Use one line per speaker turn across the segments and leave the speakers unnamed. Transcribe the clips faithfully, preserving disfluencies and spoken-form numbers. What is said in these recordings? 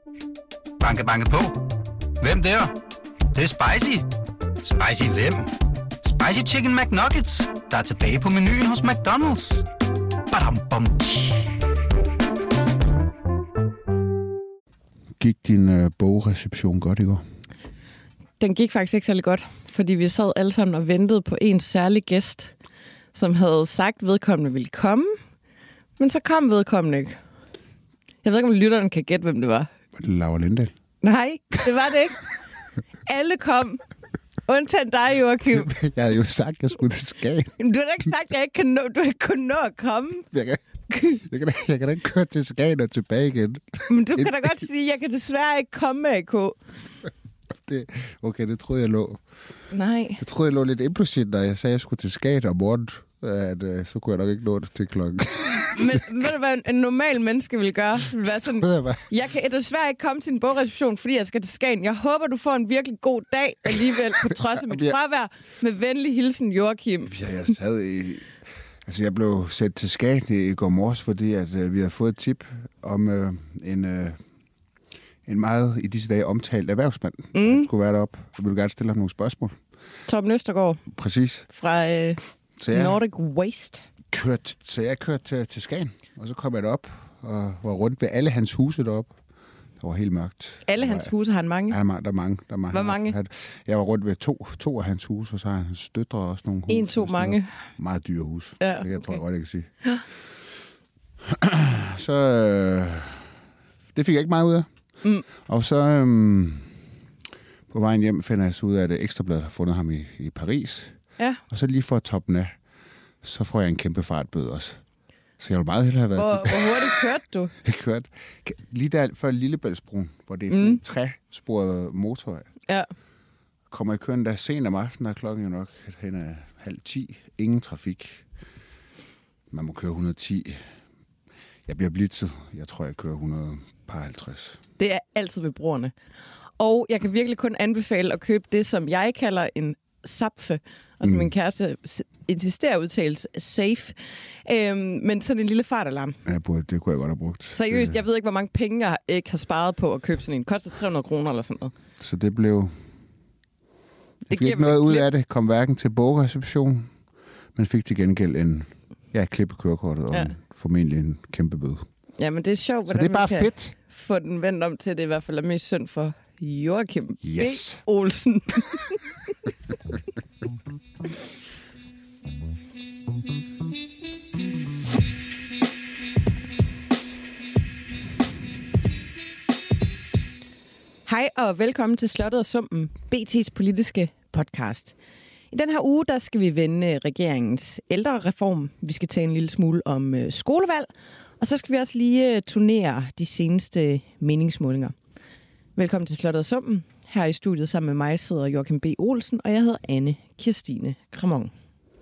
Banke, banke på. Hvem der? Det, det er spicy. Spicy hvem? Spicy Chicken McNuggets, der er tilbage på menuen hos McDonald's. Badum, bom,
Gik din øh, bogreception godt i går?
Den gik faktisk ikke særlig godt, fordi vi sad alle sammen og ventede på en særlig gæst, som havde sagt, at vedkommende ville komme, men så kom vedkommende ikke. Jeg ved ikke, om lytteren kan gætte, hvem det var.
Var det Laura Lindahl?
Nej, det var det ikke. Alle kom. Undtagen dig, Joachim.
Jeg havde jo sagt, at jeg skulle til Skagen.
Du har da ikke sagt, at jeg ikke kan nå, du ikke kunne nå at komme.
Jeg kan, jeg, kan da, jeg kan da ikke køre til Skagen og tilbage igen.
Men du kan da godt sige, at jeg kan desværre ikke komme med A K.
Det, okay, det troede jeg lå.
Nej.
Det troede jeg lå lidt implicit, når jeg sagde, at jeg skulle til Skagen om morgenen. At, uh, så kunne jeg nok ikke nå det til klokken.
Men ved du, hvad en normal menneske vil gøre? Vil være sådan,
jeg,
jeg kan desværre ikke komme til en bogreception, fordi jeg skal til Skagen. Jeg håber, du får en virkelig god dag alligevel, på trods af mit fravær. Med venlig hilsen, Joachim.
Ja, jeg sad i... Altså, jeg blev sendt til Skagen i, i går morges, fordi at, uh, vi havde fået et tip om uh, en... Uh, en meget i disse dage omtalt erhvervsmand, mm. der skulle være deroppe. Så vil du gerne stille ham nogle spørgsmål.
Torben Østergaard.
Præcis.
Fra øh, Nordic Waste.
Kørt, så jeg kørte til, til Skagen, og så kom jeg derop og var rundt ved alle hans huse deroppe. Det var helt mørkt.
Alle hans
var,
huse har han mange?
Ja, der er mange. Der er mange.
Hvor mange?
Jeg var rundt ved to, to af hans huse, og så har hans døtre også nogle huse.
En, to, mange.
Meget dyre hus.
Ja,
okay. Det jeg tror jeg godt, jeg kan sige.
Ja.
så øh, det fik jeg ikke meget ud af. Mm. Og så øhm, på vejen hjem finder jeg så ud af, at Ekstrabladet har fundet ham i, i Paris.
Ja.
Og så lige for at toppe af, så får jeg en kæmpe fartbøde også. Så jeg vil meget hellere have været...
Hvor, hvor hurtigt kørte du?
Jeg kørte lige der før Lillebæltsbroen, hvor det er sådan mm. en træsporet motorvej.
Ja.
Kommer jeg kørende der sent om aftenen, der er klokken jo nok hen af halv ti. Ingen trafik. Man må køre et hundrede og ti. Jeg bliver blitzet. Jeg tror, jeg kører et hundrede og halvtreds.
Det er altid ved broerne. Og jeg kan virkelig kun anbefale at købe det, som jeg kalder en sapfe, og som mm. min kæreste insisterer udtales safe. Øhm, men sådan en lille fartalarm.
Ja, det kunne jeg godt have brugt.
Seriøst, jeg ved ikke, hvor mange penge jeg ikke har sparet på at købe sådan en. Koster tre hundrede kroner eller sådan noget.
Så det blev... Jeg fik ikke noget ud af det. Kom hverken til bogreception, men fik til gengæld en... Ja, klippe kørekortet og ja. en, formentlig en kæmpe bøde.
Ja, men det er sjovt,
hvordan det er bare
man kan
fedt.
Få den vendt om til, det i hvert fald er mest synd for Joachim
yes.
B. Olsen. Hej og velkommen til Slottet og Sumpen, B T's politiske podcast. I den her uge, der skal vi vende regeringens ældrereform. Vi skal tale en lille smule om øh, skolevalg, og så skal vi også lige øh, turnere de seneste meningsmålinger. Velkommen til Slottet og Sumpen. Her i studiet sammen med mig sidder Joachim B. Olsen, og jeg hedder Anne Kirstine Kramon.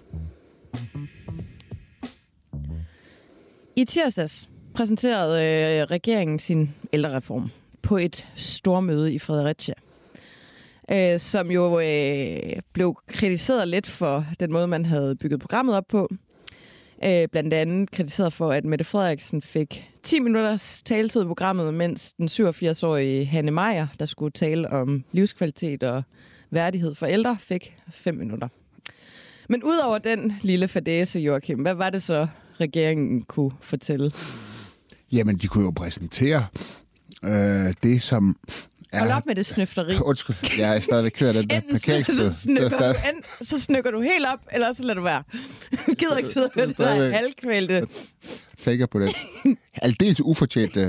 I tirsdags præsenterede øh, regeringen sin ældrereform på et stormøde i Fredericia. Øh, som jo øh, blev kritiseret lidt for den måde, man havde bygget programmet op på. Øh, blandt andet kritiseret for, at Mette Frederiksen fik ti minutters taletid i programmet, mens den syvogfirs-årige Hanne Meyer, der skulle tale om livskvalitet og værdighed for ældre, fik fem minutter. Men udover den lille fadæse, Joachim, hvad var det så, regeringen kunne fortælle?
Jamen, de kunne jo præsentere øh, det, som...
Hold op med det snøfteri.
Undskyld, jeg er stadigvæk ked af den der parkeringstid.
Så, stadig... så snykker du helt op, eller så lader du være. Jeg gider ikke sidde med det der halvkvælte.
Jeg tænker på det. Aldeles ufortjent.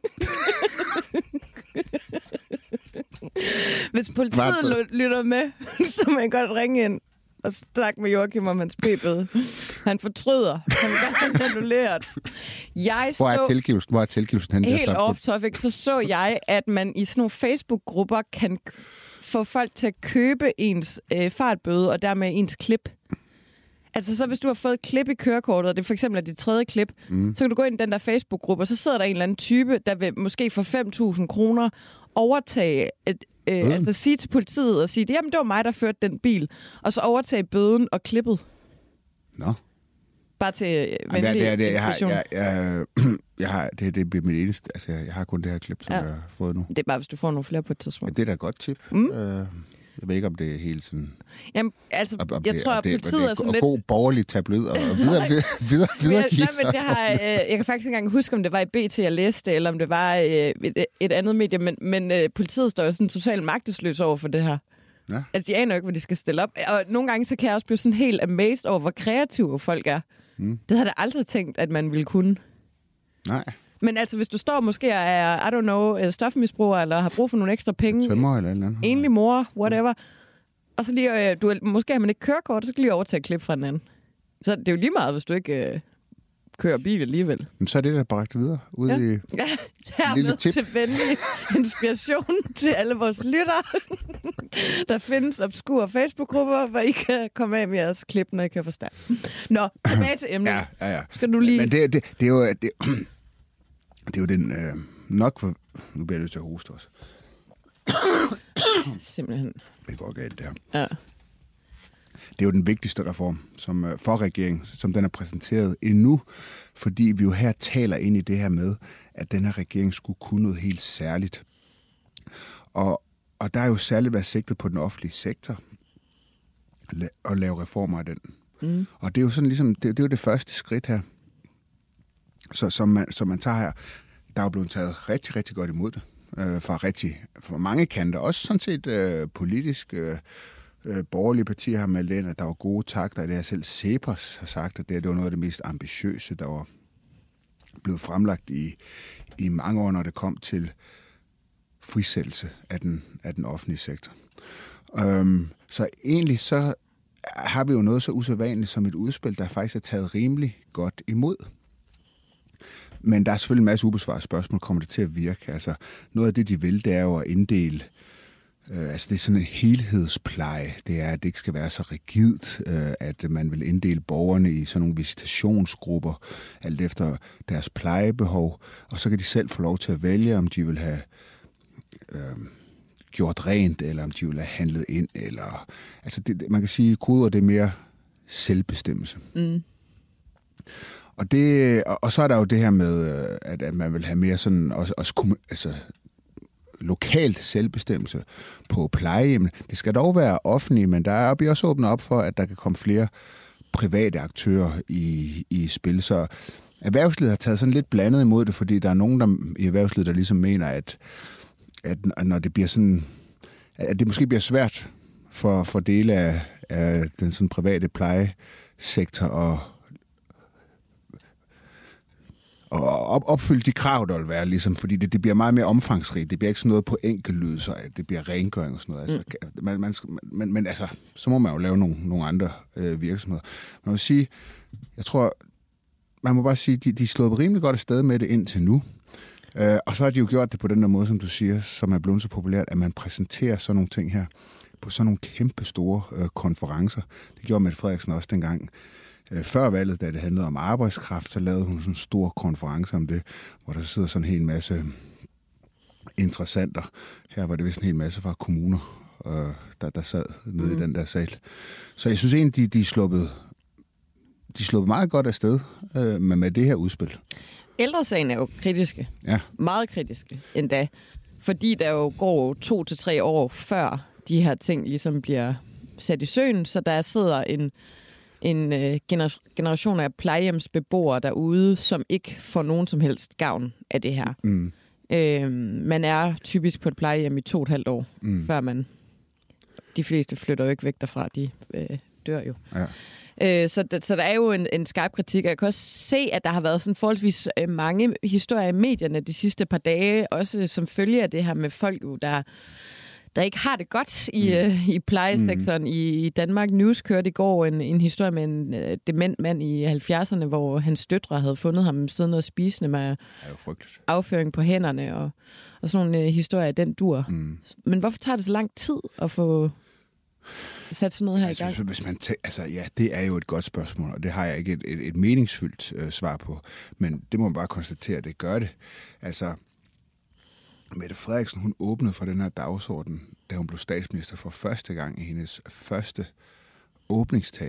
Hvis politiet lytter med, så må jeg godt ringe ind og snakke med Joachim om hans p-bøde. Han fortryder. Han vil gerne annulleret. Jeg
Hvor er tilgivelsen? Hvor er tilgivelsen hen?
Helt off-topic, så så jeg, at man i sådan nogle Facebook-grupper kan få folk til at købe ens øh, fartbøde, og dermed ens klip. Altså så hvis du har fået et klip i kørekortet, og det for eksempel er dit tredje klip, mm. så kan du gå ind i den der Facebook-gruppe, og så sidder der en eller anden type, der vil måske for fem tusind kroner overtage, et, øh, mm. altså sige til politiet og sige, jamen det var mig, der førte den bil, og så overtage bøden og klippet.
Nå.
Bare til venlig
Jamen, det er, det er, jeg har,
inspiration.
jeg, jeg, jeg har, det, det bliver mit eneste. Altså, jeg, jeg har kun det her klip, som ja. jeg har fået nu.
Det er bare, hvis du får nogle flere på et tidspunkt.
Ja, det er da et godt tip. Mm. Øh, jeg ved ikke, om det er helt sådan...
Jamen, altså,
om, om
jeg
det,
tror, at politiet
det,
er sådan
og
lidt...
god borgerlig tabloid og videre, videre, videre, videre
men, nej, men det har, øh, jeg kan faktisk ikke engang huske, om det var i B T, jeg læste, eller om det var øh, et, et andet medie, men, men øh, politiet står jo sådan totalt magtesløs over for det her. Ja. Altså, de aner jo ikke, hvad de skal stille op. Og nogle gange, så kan jeg også blive sådan helt amazed over, hvor kreative folk er. Mm. Det havde jeg aldrig tænkt, at man ville kunne.
Nej.
Men altså, hvis du står måske og er, I don't know, stofmisbruger, eller har brug for nogle ekstra penge.
Tømmer eller eller andet.
Enlig mor, whatever. Og så lige, du, måske har man ikke kørekort, så kan du lige overtage et klip fra den anden. Så det er jo lige meget, hvis du ikke øh, kører bil alligevel.
Men så er det der bragt videre ud
ja.
i
ja, hermed til venlig inspiration til alle vores lyttere. Der findes obskure Facebook-grupper, hvor I kan komme af med jeres klip, når I kan forstå. Nå, tilbage til emnet.
Ja, ja, ja.
Skal du lige...
Men det, det, det er jo... Det, det er jo den... Øh, nok for... Nu bliver jeg nødt til at hoste også.
Simpelthen.
Det går galt, det her.
Ja.
Det er jo den vigtigste reform som, for regeringen, som den er præsenteret endnu, fordi vi jo her taler ind i det her med, at den her regering skulle kunne noget helt særligt. Og, og der er jo særligt været sigtet på den offentlige sektor at lave reformer af den. Mm. Og det er jo sådan ligesom, det, det er jo det første skridt her, så, som, man, som man tager her. Der er jo blevet taget rigtig, rigtig godt imod det, øh, fra, rigtig, fra mange kanter. Også sådan set øh, politisk øh, øh, borgerlige partier har meldt ind, at der var gode takter. Det er selv Cepos har sagt, at det, det var noget af det mest ambitiøse, der var blevet fremlagt i, i mange år, når det kom til frisættelse af den, af den offentlige sektor. Øhm, så egentlig så har vi jo noget så usædvanligt som et udspil, der faktisk er taget rimelig godt imod. Men der er selvfølgelig en masse ubesvarede spørgsmål, kommer det til at virke? Altså, noget af det, de vil, det er jo at inddele, øh, altså det er sådan en helhedspleje. Det er, at det ikke skal være så rigidt, øh, at man vil inddele borgerne i sådan nogle visitationsgrupper, alt efter deres plejebehov, og så kan de selv få lov til at vælge, om de vil have øh, gjort rent, eller om de vil have handlet ind, eller... Altså, det, man kan sige, at koder det er mere selvbestemmelse. Mm. Og, det, og, og så er der jo det her med, at, at man vil have mere sådan også, også altså, lokalt selvbestemmelse på plejehjem. Det skal dog være offentligt, men der er også åbnet op for, at der kan komme flere private aktører i, i spil. Så erhvervslivet har taget sådan lidt blandet imod det, fordi der er nogen der, i erhvervslivet, der ligesom mener, at, at når det bliver sådan, at det måske bliver svært for, for dele af, af den sådan private plejesektor at og op, opfylde de krav, der vil være, ligesom, fordi det, det bliver meget mere omfangsrigt. Det bliver ikke sådan noget på enkeltlyd, så det bliver rengøring og sådan noget. Altså, mm. man, man skal, men, men altså, så må man jo lave nogle, nogle andre øh, virksomheder. Man må sige, jeg tror, man må bare sige, de, de er slået rimelig godt afsted med det indtil nu. Øh, og så har de jo gjort det på den der måde, som du siger, som er blevet så populært, at man præsenterer sådan nogle ting her på sådan nogle kæmpe store øh, konferencer. Det gjorde Mette Frederiksen også dengang. Før valget, da det handlede om arbejdskraft, så lavede hun sådan en stor konference om det, hvor der sidder sådan en hel masse interessenter. Her var det vist en hel masse fra kommuner, øh, der, der sad nede mm. i den der sal. Så jeg synes egentlig, de, de er sluppet, de er sluppet meget godt afsted øh, med, med det her udspil.
Ældresagen er jo kritiske. Ja. Meget kritiske endda. Fordi der jo går to til tre år før de her ting ligesom bliver sat i søen, så der sidder en en øh, gener- generation af plejehjemsbeboere derude, som ikke får nogen som helst gavn af det her. Mm. Øh, man er typisk på et plejehjem i to og et halvt år, mm. før man... De fleste flytter jo ikke væk derfra, de øh, dør jo. Ja. Øh, så, d- så der er jo en, en skarp kritik, og jeg kan også se, at der har været sådan forholdsvis øh, mange historier i medierne de sidste par dage, også som følge af det her med folk, der... der ikke har det godt i, mm. øh, i plejesektoren mm. i, i Danmark. News kørte i går en, en historie med en øh, dement mand i halvfjerdserne, hvor hans døtre havde fundet ham siddende og spisende med afføring på hænderne, og, og sådan nogle øh, historier af den dur. Mm. Men hvorfor tager det så lang tid at få sat sådan noget her altså, i gang?
Hvis man tæ- altså, ja, det er jo et godt spørgsmål, og det har jeg ikke et, et, et meningsfyldt øh, svar på. Men det må man bare konstatere, at det gør det. Altså... Mette Frederiksen, hun åbnede for den her dagsorden, da hun blev statsminister for første gang i hendes første åbningstale.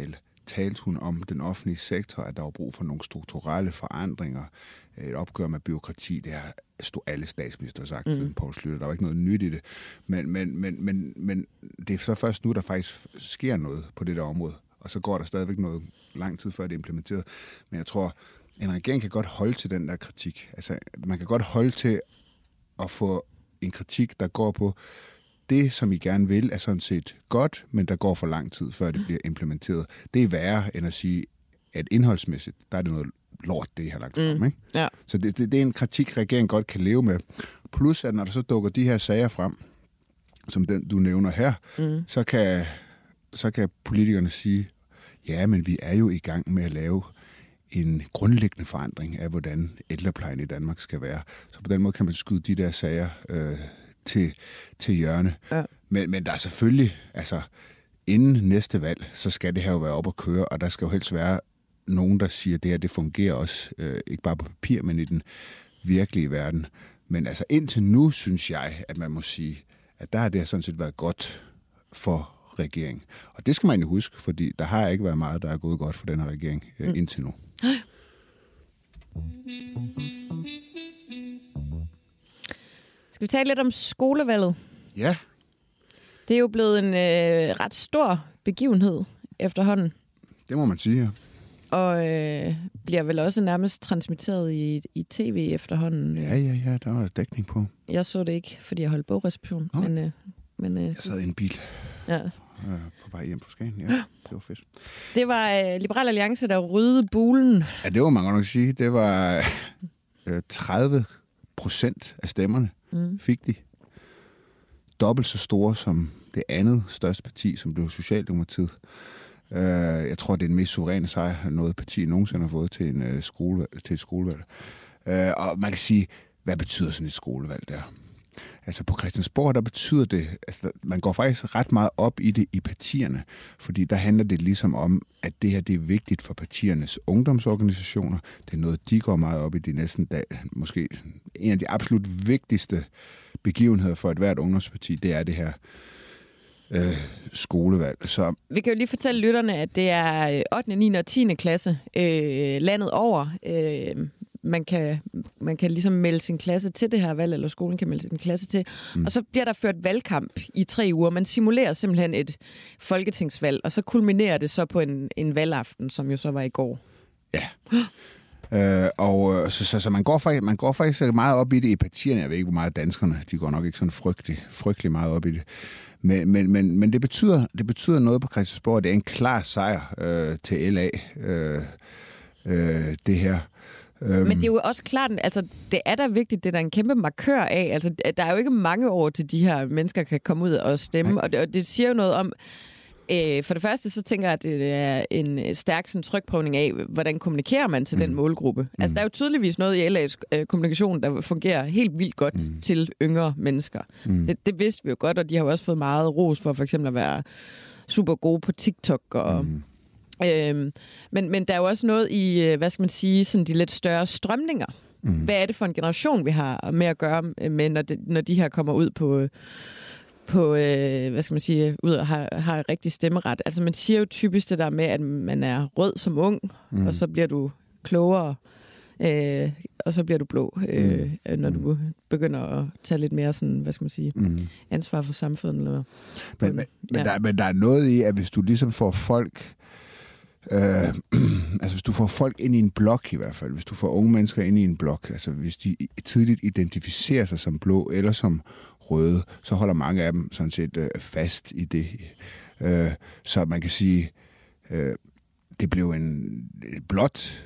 talte hun om den offentlige sektor, at der var brug for nogle strukturelle forandringer, et opgør med byråkrati. Det har stod alle statsminister sagt mm. siden Poul Schlüter. Der var ikke noget nyt i det. Men, men, men, men, men det er så først nu, der faktisk sker noget på det der område. Og så går der stadigvæk noget lang tid før det er implementeret. Men jeg tror, en regering kan godt holde til den der kritik. Altså, man kan godt holde til at få en kritik, der går på, det, som I gerne vil, er sådan set godt, men der går for lang tid, før det bliver implementeret. Det er værre, end at sige, at indholdsmæssigt, der er det noget lort, det I har lagt frem. Mm. Ikke?
Ja.
Så det, det, det er en kritik, regeringen godt kan leve med. Plus, at når der så dukker de her sager frem, som den, du nævner her, mm. så, kan, så kan politikerne sige, ja, men vi er jo i gang med at lave en grundlæggende forandring af, hvordan ældreplejen i Danmark skal være. Så på den måde kan man skyde de der sager øh, til, til hjørne. Ja. Men, men der er selvfølgelig, altså inden næste valg, så skal det her jo være op at køre, og der skal jo helst være nogen, der siger, at det her det fungerer også, øh, ikke bare på papir, men i den virkelige verden. Men altså indtil nu, synes jeg, at man må sige, at der har det her sådan set været godt for regering. Og det skal man jo huske, fordi der har ikke været meget, der er gået godt for den her regering øh, mm. indtil nu.
Skal vi tale lidt om skolevalget?
Ja.
Det er jo blevet en øh, ret stor begivenhed efterhånden.
Det må man sige, ja.
Og øh, bliver vel også nærmest transmitteret i, i tv efterhånden.
Ja, ja, ja, der var dækning på.
Jeg så det ikke, fordi jeg holdt bogreception.
Oh.
Men, øh, men, øh,
jeg sad i en bil.
Ja.
På vej hjem fra Skagen, ja. Det var fedt.
Det var øh, Liberal Alliance, der ryddede bulen.
Ja, det var man godt nok sige. Det var øh, tredive procent af stemmerne mm. fik de. Dobbelt så store som det andet største parti, som blev Socialdemokratiet. Uh, jeg tror, det er den mest suveræne sejr, noget parti nogensinde har fået til, en, uh, skole, til et skolevalg. Uh, og man kan sige, hvad betyder sådan et skolevalg der? Altså på Christiansborg, der betyder det, altså man går faktisk ret meget op i det i partierne, fordi der handler det ligesom om, at det her det er vigtigt for partiernes ungdomsorganisationer. Det er noget, de går meget op i de næsten dag, måske en af de absolut vigtigste begivenheder for et hvert ungdomsparti, det er det her øh, skolevalg. Så
vi kan jo lige fortælle lytterne, at det er ottende, niende og tiende klasse øh, landet over. Øh, Man kan, man kan ligesom melde sin klasse til det her valg, eller skolen kan melde sin klasse til. Mm. Og så bliver der ført valgkamp i tre uger. Man simulerer simpelthen et folketingsvalg, og så kulminerer det så på en, en valgaften, som jo så var i går.
Ja. øh, og så, så, så man, går faktisk, man går faktisk meget op i det i partierne. Jeg ved ikke, hvor meget danskerne, de går nok ikke sådan frygtelig, frygtelig meget op i det. Men, men, men, men det, betyder, det betyder noget på Christiansborg. Det er en klar sejr øh, til L A, øh, øh, det her.
Men det er jo også klart, altså det er da vigtigt, det er der en kæmpe markør af. Altså der er jo ikke mange år til de her mennesker kan komme ud og stemme, og det, og det siger jo noget om, øh, for det første så tænker jeg, at det er en stærk sådan, trykprøvning af, hvordan kommunikerer man til mm. den målgruppe. Mm. Altså der er jo tydeligvis noget i L A's øh, kommunikation, der fungerer helt vildt godt mm. til yngre mennesker. Mm. Det, det vidste vi jo godt, og de har jo også fået meget ros for for eksempel at være super gode på TikTok og... Mm. Øhm, men, men der er jo også noget i, hvad skal man sige, sådan de lidt større strømninger. Mm. Hvad er det for en generation, vi har med at gøre med, når, det, når de her kommer ud på, på øh, hvad skal man sige, ud og har, har rigtig stemmeret. Altså man siger jo typisk det der med, at man er rød som ung, mm. og så bliver du klogere, øh, og så bliver du blå, øh, mm. når du begynder at tage lidt mere sådan, hvad skal man sige, mm. ansvar for samfundet. Eller,
men, men, ja. men, der, men der er noget i, at hvis du ligesom får folk... Øh, altså hvis du får folk ind i en blok i hvert fald, hvis du får unge mennesker ind i en blok, altså hvis de tidligt identificerer sig som blå eller som røde, så holder mange af dem sådan set øh, fast i det. Øh, så man kan sige, øh, det blev en blot,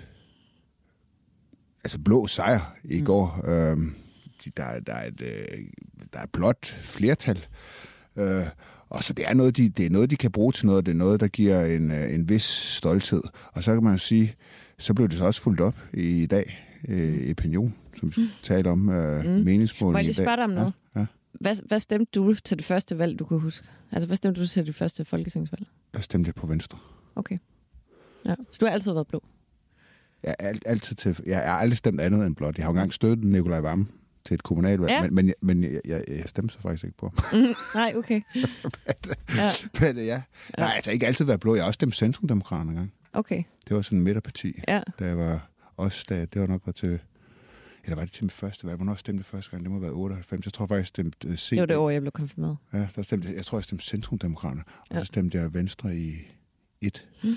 altså blå sejr i mm. går. Øh, der, der, er et, øh, der er et blot flertal. Øh, Og så det er noget, de, det er noget, de kan bruge til noget, det er noget, der giver en, en vis stolthed. Og så kan man jo sige, så blev det så også fulgt op i dag øh, i Opinion, som vi mm. taler om øh, mm. meningsmålene.
Må jeg lige spørge dig om noget?
Ja, ja.
Hvad, hvad stemte du til det første valg, du kunne huske? Altså, hvad stemte du til det første folketingsvalg?
Jeg stemte på Venstre.
Okay. Ja. Så du har altid været blå?
Jeg, alt, altid til, jeg har aldrig stemt andet end blåt. Jeg har jo engang støttet Nikolaj Wammen til et kommunalvalg,
Ja.
men, men, men jeg, jeg, jeg stemte så faktisk ikke på.
Mm, nej, okay.
men,
Ja.
men ja. Nej, altså ikke altid været blå. Jeg har også stemt Centrumdemokraterne en gang.
Okay.
Det var sådan en midterparti,
Ja.
da jeg var også, da, det var nok været til, eller var det til mit første valg? Hvornår stemte det første gang? Det må have været otteoghalvfems. Jeg tror faktisk, jeg stemte uh, C.
Det var det år, jeg blev konfirmeret.
Ja, der stemte, jeg tror, jeg stemte Centrumdemokraterne, og
Ja.
så stemte jeg Venstre i et.
Mm.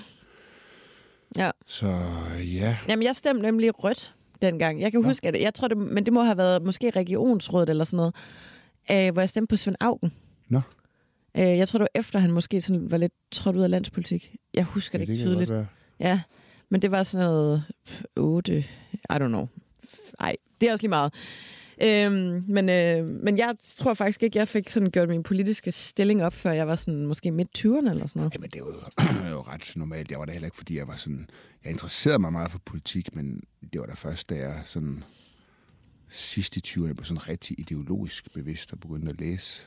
Ja.
Så ja.
Jamen, jeg stemte nemlig rødt dengang. Jeg kan
Nå.
huske, at jeg tror, det, men det må have været måske regionsrådet eller sådan noget, øh, hvor jeg stemte på Svend Auken.
Nå.
Øh, jeg tror, det var efter, han måske sådan var lidt trådt ud af landspolitik. Jeg husker
Ja,
det
det
ikke
kan
tydeligt.
godt være.
Ja, men det var sådan noget otte, I don't know. Ej, det er også lige meget. Øhm, men, øh, men jeg tror faktisk ikke, jeg fik sådan gjort min politiske stilling op, før jeg var sådan måske midt tyverne eller sådan noget.
Jamen, det var jo, jo ret normalt. Jeg var da heller ikke, fordi jeg var sådan... Jeg interesserede mig meget for politik, men det var da først, da jeg sådan sidst i tyverne blev sådan rigtig ideologisk bevidst og begyndte at læse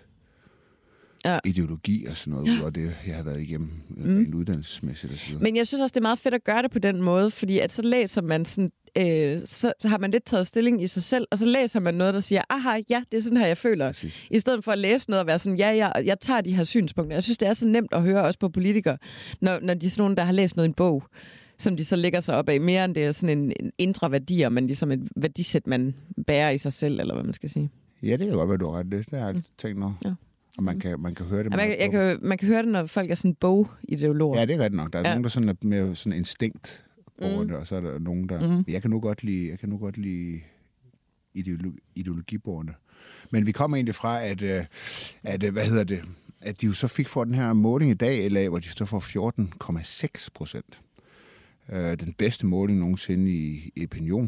Ja.
ideologi og sådan noget, ja. Og det, jeg havde været igennem mm. en uddannelsesmæssigt og så videre.
Men jeg synes også, det er meget fedt at gøre det på den måde, fordi at så læser man sådan, øh, så har man lidt taget stilling i sig selv, og så læser man noget, der siger, aha, ja, det er sådan her, jeg føler.
Præcis.
I stedet for at læse noget og være sådan, ja, jeg, jeg tager de her synspunkter. Jeg synes, det er så nemt at høre også på politikere, når, når de er sådan nogen, der har læst noget i en bog, som de så lægger sig op af, mere end det er sådan en, en indre værdier, men ligesom et værdisæt, man bærer i sig selv, eller hvad man skal sige.
Ja, det kan godt være, du har ret. Det, det har jeg tænkt noget.
Ja.
Og man kan, man kan høre det
Ja, man,
meget
jeg kan, man kan høre det, når folk er sådan bogideologer.
Ja, det er rigtigt nok. Der er
Ja.
ja. nogen, der sådan er mere sådan instinkt over
Mm.
det, og så er der nogen, der...
Mm.
Jeg kan nu godt lide, jeg kan nu godt lide ideologi, ideologiborgerne. Men vi kommer egentlig fra, at, øh, at, øh, hvad hedder det, at de jo så fik for den her måling i dag, L A, hvor de står for fjorten komma seks procent. Øh, den bedste måling nogensinde i, i opinion.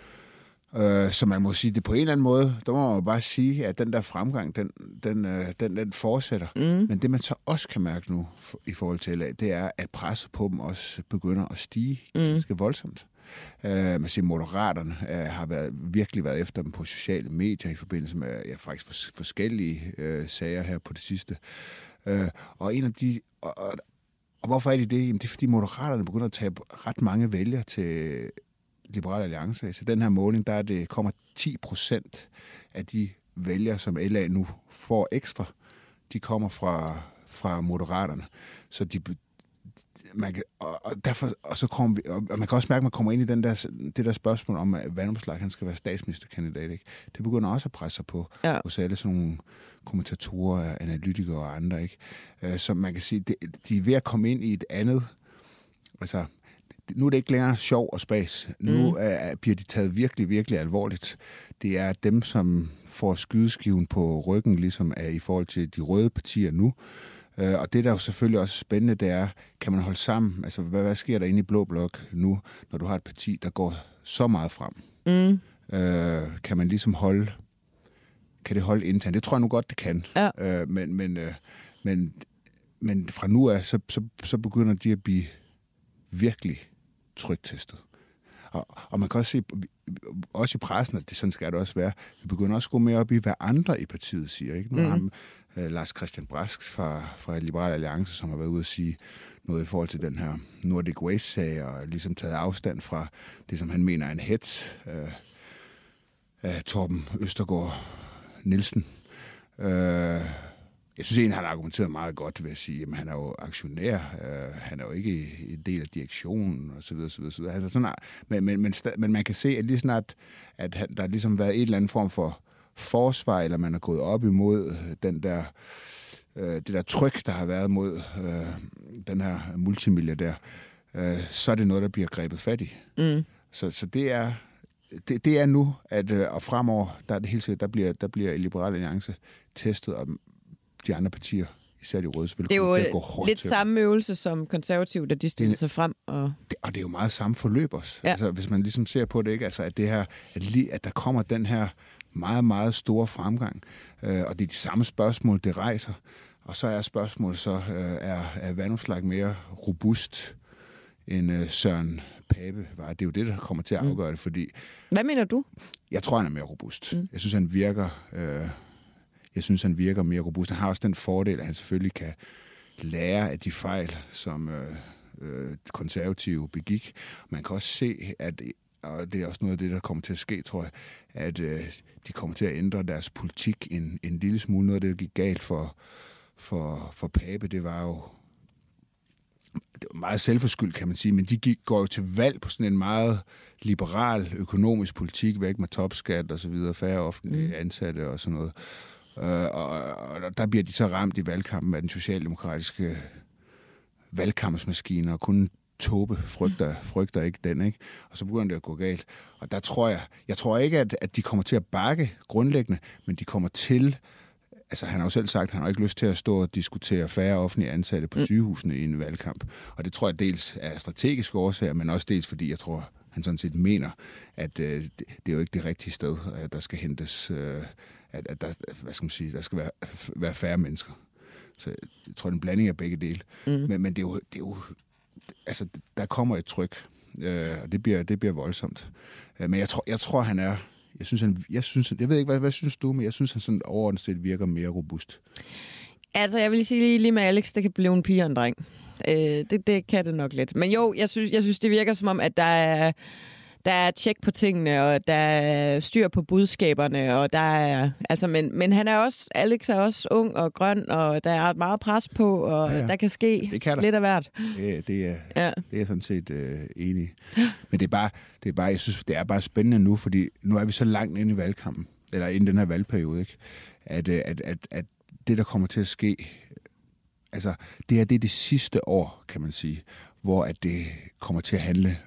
Øh, så man må sige, det på en eller anden måde, der må man bare sige, at den der fremgang, den, den, øh, den, den fortsætter.
Mm.
Men det, man så også kan mærke nu for, i forhold til L A, det er, at presset på dem også begynder at stige ganske mm. voldsomt. Uh, man siger, Moderaterne uh, har været, virkelig været efter dem på sociale medier i forbindelse med ja, faktisk fors- forskellige uh, sager her på det sidste. Uh, og en af de... Og, og, og hvorfor er de det? Jamen, det er, fordi Moderaterne begynder at tabe ret mange vælgere til Liberal Alliance. Så den her måling, der er det, kommer ti procent af de vælgere, som L A nu får ekstra, de kommer fra, fra Moderaterne. Så de, man kan, og, og, derfor, og så kommer vi, og man kan også mærke, at man kommer ind i den der, det der spørgsmål om, at Vanopslagh, han skal være statsministerkandidat. Ikke? Det begynder også at presse sig på
Ja.
hos alle sådan nogle kommentatorer, analytikere og andre. Ikke? Så man kan sige, de, de er ved at komme ind i et andet... Altså, nu er det ikke længere sjov og spas. Nu mm. er, bliver de taget virkelig, virkelig alvorligt. Det er dem, som får skydeskiven på ryggen, ligesom er i forhold til de røde partier nu. Uh, og det, der er jo selvfølgelig også spændende, det er, kan man holde sammen? Altså, hvad, hvad sker der inde i Blå Blok nu, når du har et parti, der går så meget frem? Mm. Uh, kan man ligesom holde... Kan det holde internt? Det tror jeg nu godt, det kan.
Ja.
Uh, men, men, uh, men, men fra nu af, så, så, så begynder de at blive virkelig trygtestet. Og, og man kan også se, også i pressen, at det sådan skal det også være, vi begynder også at gå mere op i, hvad andre i partiet siger. Ikke? Nu har mm. ham, uh, Lars Christian Brask fra, fra Liberal Alliance, som har været ude at sige noget i forhold til den her Nordic Waste-sag, og ligesom taget afstand fra det, som han mener er en hets uh, af Torben Østergaard Nielsen. Uh, Jeg synes egentlig, han har argumenteret meget godt ved at sige, at han er jo aktionær, øh, han er jo ikke en del af direktionen og så videre, så videre, så videre. Altså sådan, men, men, men, men man kan se, at lige snart, at han, der har ligesom været en eller anden form for forsvar, eller man er gået op imod den der, øh, det der tryk, der har været mod øh, den her multimilliardær, øh, så er det noget, der bliver grebet fat i. Mm. Så, så det er... Det, det er nu, at og fremover, der er det helt sikkert, der bliver, der bliver Liberal Alliance testet, og de andre partier, især de røde, selvfølgelig kommer til at gå hårdt til.
Det er jo lidt samme øvelse som konservative, da de stiller sig frem. Og...
Det, og det er jo meget samme forløb også.
Ja.
Altså, hvis man ligesom ser på det, ikke? Altså, at, det her, at, lige, at der kommer den her meget, meget store fremgang, øh, og det er de samme spørgsmål, det rejser. Og så er spørgsmålet så, øh, er, er Vanopslagh mere robust end øh, Søren Pape var? Det er jo det, der kommer til at afgøre det, fordi...
Hvad mener du?
Jeg tror, han er mere robust. Mm. Jeg synes, han virker... Øh, Jeg synes, han virker mere robust. Han har også den fordel, at han selvfølgelig kan lære af de fejl, som øh, øh, konservative begik. Man kan også se, at og det er også noget af det, der kommer til at ske, tror jeg, at øh, de kommer til at ændre deres politik en, en lille smule. Noget af det, der gik galt for, for, for Pape, det var jo det var meget selvforskyldt, kan man sige, men de gik, går jo til valg på sådan en meget liberal økonomisk politik, væk med topskat og så videre, færre offentlige ansatte og sådan noget. Uh, og, og der bliver de så ramt i valgkampen af den socialdemokratiske valgkampsmaskine, og kun Tåbe frygter, frygter ikke den, ikke? Og så begynder det at gå galt. Og der tror jeg, jeg tror ikke, at, at de kommer til at bakke grundlæggende, men de kommer til, altså han har jo selv sagt, at han har ikke lyst til at stå og diskutere færre offentlige ansatte på sygehusene i en valgkamp. Og det tror jeg dels er strategiske årsager, men også dels fordi, jeg tror, han sådan set mener, at øh, det, det er jo ikke det rigtige sted, at der skal hentes, øh, at, at der, hvad skal man sige, der skal være, være færre mennesker. Så jeg tror, det er en blanding af begge dele. Mm. Men, men det er jo, det er jo altså, der kommer et tryk, øh, og det bliver, det bliver voldsomt. Øh, men jeg tror, jeg tror, han er, jeg synes, han, jeg synes, jeg ved ikke, hvad, hvad synes du, men jeg synes, han sådan overordnet set virker mere robust. Altså,
jeg vil sige lige, lige med Alex, det kan blive en pige og en dreng. Øh, det, det kan det nok lidt. Men jo, jeg synes, jeg synes, det virker som om, at der er, der er tjek på tingene, og der er styr på budskaberne, og der er, altså, men, men han er også, Alex er også ung og grøn, og der er meget pres på, og ja, ja. der kan ske det kan der. lidt af hvert.
Det, det, er, ja. det er jeg sådan set øh, enig. Men det er bare, det er bare, jeg synes, det er bare spændende nu, fordi nu er vi så langt inde i valgkampen, eller inde i den her valgperiode, ikke? At, at, at, at det, der kommer til at ske, altså, det her, det er det sidste år, kan man sige, hvor at det kommer til at handle,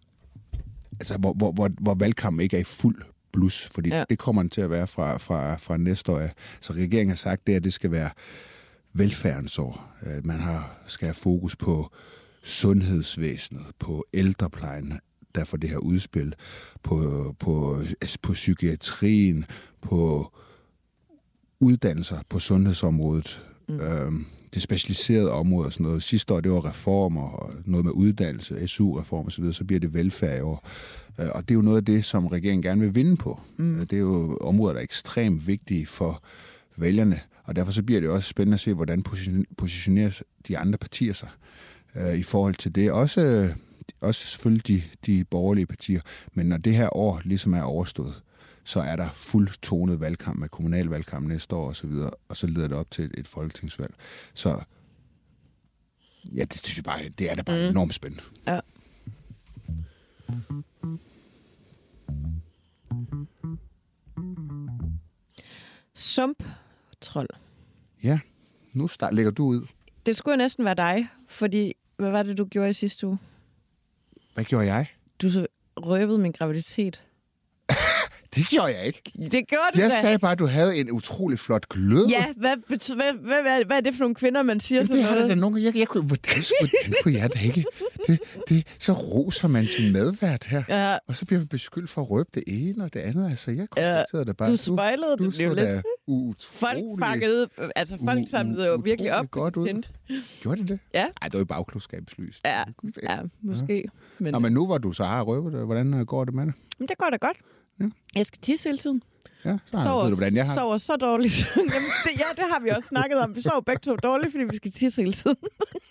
altså, hvor, hvor, hvor, hvor valgkampen ikke er i fuld blus, fordi ja. det kommer den til at være fra, fra, fra næste år. Så regeringen har sagt, det, at det skal være velfærdens år. Man har, skal have fokus på sundhedsvæsenet, på ældreplejen, der får det her udspil, på, på, på psykiatrien, på uddannelser på sundhedsområdet, mm. øhm, det specialiserede område og sådan noget. Sidste år, det var reformer og noget med uddannelse, S U-reform og så videre, så bliver det velfærd i år. Og det er jo noget af det, som regeringen gerne vil vinde på. Mm. Det er jo områder, der er ekstremt vigtige for vælgerne, og derfor så bliver det også spændende at se, hvordan positionerer de andre partier sig øh, i forhold til det. Også, øh, også selvfølgelig de, de borgerlige partier, men når det her år ligesom er overstået, så er der fuldtonet valgkamp med kommunalvalgkamp næste år og så videre, og så leder det op til et, et folketingsvalg. Så ja, det synes jeg bare, det er da bare mm. enormt spændende. Ja.
Sumptrold.
Ja, nu start, lægger du ud.
Det skulle næsten være dig, fordi hvad var det, du gjorde i sidste uge?
Hvad gjorde jeg?
Du så røbede min graviditet.
Det gjorde jeg ikke.
Det gjorde du
Jeg
da.
sagde bare, at du havde en utrolig flot glød.
Ja, hvad, hvad, hvad, hvad, hvad er det for nogle kvinder, man siger sådan noget?
Det har da nogen. Jeg, jeg, jeg, hvordan, hvordan kunne jeg da ikke? Det, det, så roser man sin medvært her, ja. Og så bliver vi beskyldt for at røbe det ene og det andet. Altså, jeg konstaterede det bare.
Du spejlede
du,
det jo lidt.
Utrolig,
folk fangede, altså folk samlede jo virkelig op.
Godt ud.
Hint.
Gjorde det det?
Ja.
Ej, det var jo bagklodskabens lys.
Ja, ja måske.
Ja. Men... Nå, men nu hvor du så har røbet det, hvordan går det med det?
Men det går da godt. Ja. Jeg skal tisse hele tiden.
Ja, så sover, ved du, hvordan jeg har
sover så dårligt. Jamen, det, ja, det har vi også snakket om. Vi sover begge to dårligt, fordi vi skal tisse hele tiden.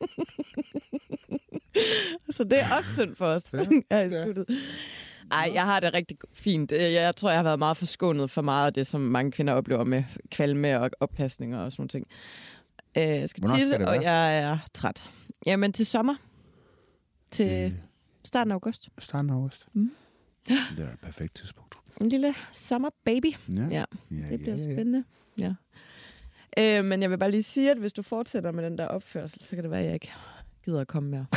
Så det er også synd for os. Ja, ja. Ej, jeg har det rigtig fint. Jeg tror, jeg har været meget forskånet for meget af det, som mange kvinder oplever med kvalme og opkastninger og sådan nogle ting. Jeg skal tisse, skal og jeg er træt. Jamen, til sommer. Til øh. starten af august.
Starten af august. Mm. Det er et perfekt tidspunkt.
En lille summer baby. Ja, ja. ja det bliver ja, ja. spændende. Ja. Øh, men jeg vil bare lige sige, at hvis du fortsætter med den der opførsel, så kan det være, at jeg ikke gider at komme mere.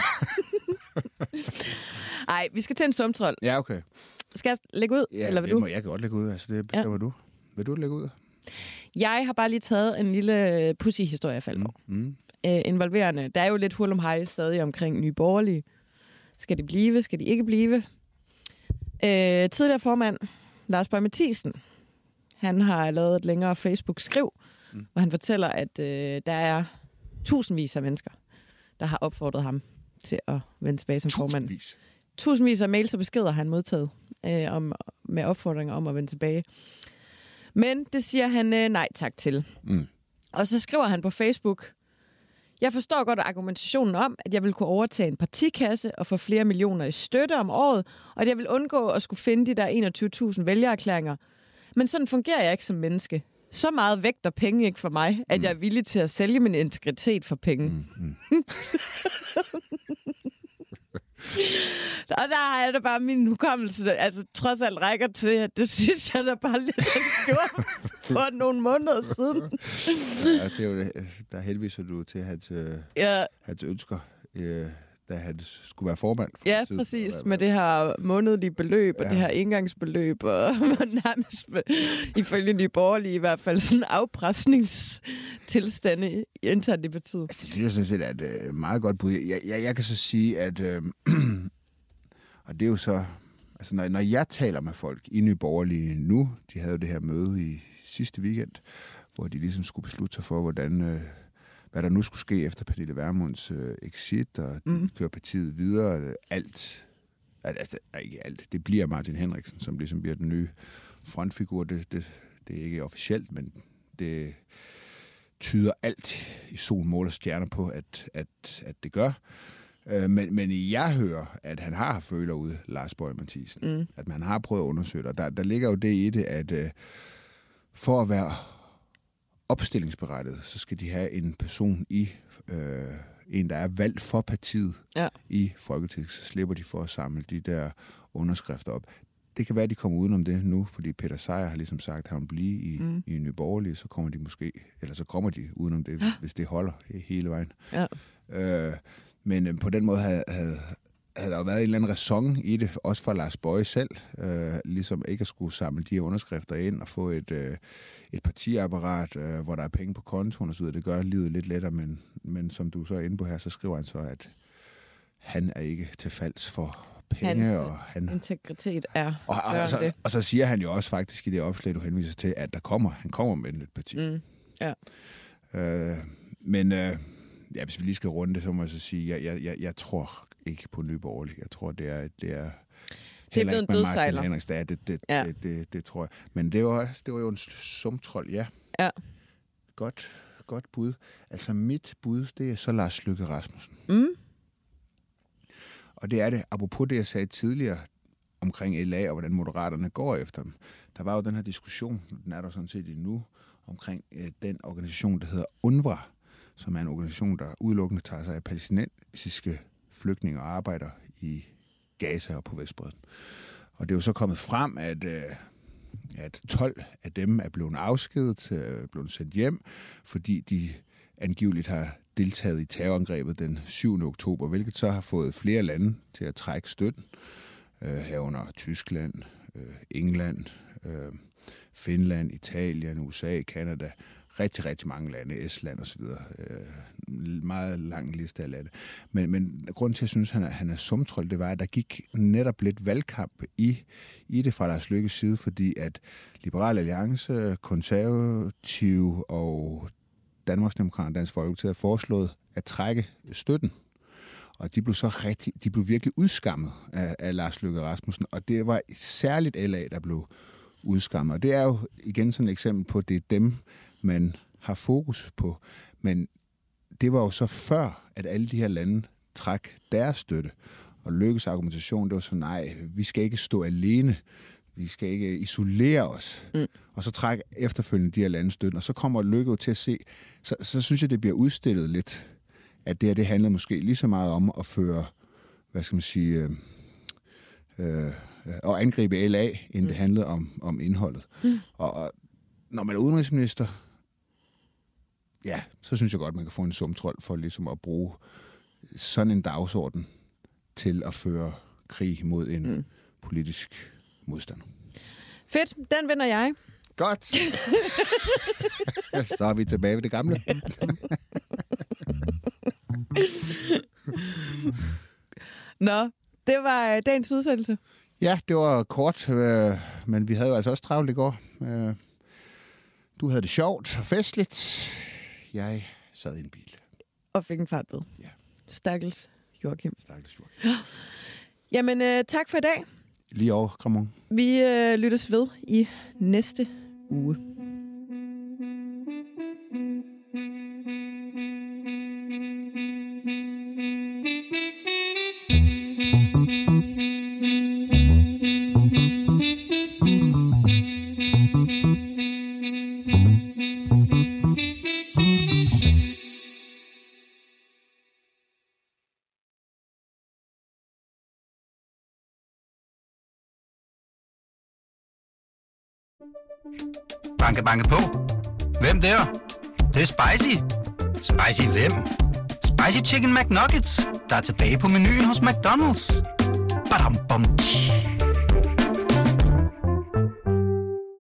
Ej, vi skal til en sumtrold.
Ja, okay.
Skal jeg lægge ud?
Ja,
eller vil
du?
Må,
jeg kan godt lægge ud. Altså, det bestemmer ja. du. Vil du lægge ud?
Jeg har bare lige taget en lille pussy-historie af Falborg. Mm, mm. Øh, involverende. Der er jo lidt hul om hej stadig omkring Nye Borgerlige. Skal de blive? Skal de ikke blive? Øh, tidligere formand, Lars Boje Mathiesen, han har lavet et længere Facebook-skriv, mm. hvor han fortæller, at øh, der er tusindvis af mennesker, der har opfordret ham til at vende tilbage som formand.
Tusindvis?
Tusindvis af mails og beskeder har han modtaget øh, om, med opfordringer om at vende tilbage. Men det siger han øh, nej tak til. Mm. Og så skriver han på Facebook, Jeg forstår godt argumentationen om, at jeg vil kunne overtage en partikasse og få flere millioner i støtte om året, og at jeg vil undgå at skulle finde de der enogtyve tusind vælgererklæringer. Men sådan fungerer jeg ikke som menneske. Så meget vægter penge ikke for mig, at jeg er villig til at sælge min integritet for penge. Mm, mm. Og der er det bare min hukommelse, altså trods alt rækker til, at det synes jeg da bare lidt, at det gjorde for nogle måneder siden.
Ja, det er jo det. Der henviser du til hans, ja. hans ønsker, øh, da han skulle være formand. For
ja, præcis. Med det her månedlige beløb, og ja. det her engangsbeløb, og nærmest ifølge Nye Borgerlige i hvert fald sådan afpresningstilstande internt i partiet.
Altså, det synes jeg sådan set er et øh, meget godt bud. Jeg, jeg, jeg kan så sige, at øh, og det er jo så, altså når, når jeg taler med folk i Nye Borgerlige nu, de havde jo det her møde i sidste weekend, hvor de ligesom skulle beslutte sig for, hvordan øh, hvad der nu skulle ske efter Pernille Vermunds øh, exit, og mm. kører partiet videre. Alt, altså ikke alt, det bliver Martin Henriksen, som ligesom bliver den nye frontfigur. Det, det, det er ikke officielt, men det tyder alt i sol, mål og stjerner på, at, at, at det gør. Øh, men, men jeg hører, at han har føler ude, Lars Boje Mathiesen. Mm. At man har prøvet at undersøge det. Der, der ligger jo det i det, at øh, for at være opstillingsberettiget, så skal de have en person i, øh, en der er valgt for partiet ja. i Folketinget, så slipper de for at samle de der underskrifter op. Det kan være, at de kommer udenom det nu, fordi Peter Sejer har ligesom sagt, at han vil blive i, mm. i Nye Borgerlige, så kommer de måske, eller så kommer de udenom det, ja. hvis det holder hele vejen. Ja. Øh, men øh, på den måde havde, havde, havde der jo været en eller anden ræson i det, også for Lars Boje selv, øh, ligesom ikke at skulle samle de her underskrifter ind og få et, øh, et partiapparat, øh, hvor der er penge på kontoen og så videre. Det gør livet lidt lettere, men, men som du så er inde på her, så skriver han så, at han er ikke til falds for penge.
Hans
og han,
integritet er
og, og, og, så, og så siger han jo også faktisk i det opslag, du henviser til, at der kommer, han kommer med et nyt parti. Mm. Ja. Øh, men øh, ja, hvis vi lige skal runde det, så må jeg så sige, jeg, jeg, jeg, jeg tror ikke på Nye Borgerlige. Jeg tror, det er, det er
det er blevet en dødsejler.
Det, det, det, ja. det, det, det tror jeg. Men det var, det var jo en sumtrol, ja. Ja. Godt, godt bud. Altså mit bud, det er så Lars Løkke Rasmussen. Mm. Og det er det, apropos det, jeg sagde tidligere omkring L A og hvordan Moderaterne går efter dem. Der var jo den her diskussion, den er der sådan set endnu, omkring øh, den organisation, der hedder UNRWA, som er en organisation, der udelukkende tager sig af palæstinensiske flygtninge og arbejder i Gaza og på Vestbredden. Og det er jo så kommet frem, at, øh, at tolv af dem er blevet afskedet, øh, blevet sendt hjem, fordi de angiveligt har deltaget i terrorangrebet den syvende oktober, hvilket så har fået flere lande til at trække støtten, øh, herunder Tyskland, øh, England, øh, Finland, Italien, U S A, Canada, rigtig, rigtig mange lande, Estland osv. Øh, meget lang liste af lande. Men, men grunden til, at jeg synes, at han er, han er sumtrol, det var, at der gik netop lidt valgkamp i, i det fra Lars Løkkes side, fordi at Liberal Alliance, Konservative og Danmarksdemokraterne og Dansk Folkeparti havde foreslået at trække støtten. Og de blev så rigtig, de blev virkelig udskammet af, af Lars Løkke Rasmussen. Og det var særligt L A, der blev udskammet. Og det er jo igen sådan et eksempel på, at det er dem, man har fokus på. Men det var jo så før, at alle de her lande trak deres støtte. Og Løkkes argumentation, det var så, nej, vi skal ikke stå alene. Vi skal ikke isolere os. Mm. Og så trække efterfølgende de her lande støtten. Og så kommer Løkke jo til at se, så, så synes jeg, det bliver udstillet lidt, at det her, det handler måske lige så meget om at føre, hvad skal man sige, øh, øh, at angribe L A, end mm. det handlede om, om indholdet. Mm. Og, og når man er udenrigsminister, ja, så synes jeg godt, man kan få en sumtrol for ligesom at bruge sådan en dagsorden til at føre krig mod en mm. politisk modstander.
Fedt, den vinder jeg.
Godt. Så er vi tilbage ved det gamle.
Nå, det var dagens udsendelse.
Ja, det var kort, øh, men vi havde jo altså også travlt i går. Øh, du havde det sjovt og festligt. Jeg sad i en bil.
Og fik en fart ved.
Ja.
Stakkels Joachim.
Stakkels Joachim.
Jamen, øh, tak for i dag.
Lige over, Kramon.
Vi øh, lyttes ved i næste uge.
Banke, banke på. Hvem der? Det, det er spicy. Spicy hvem? Spicy Chicken McNuggets, der er tilbage på menuen hos McDonald's. Badum, bom, tji.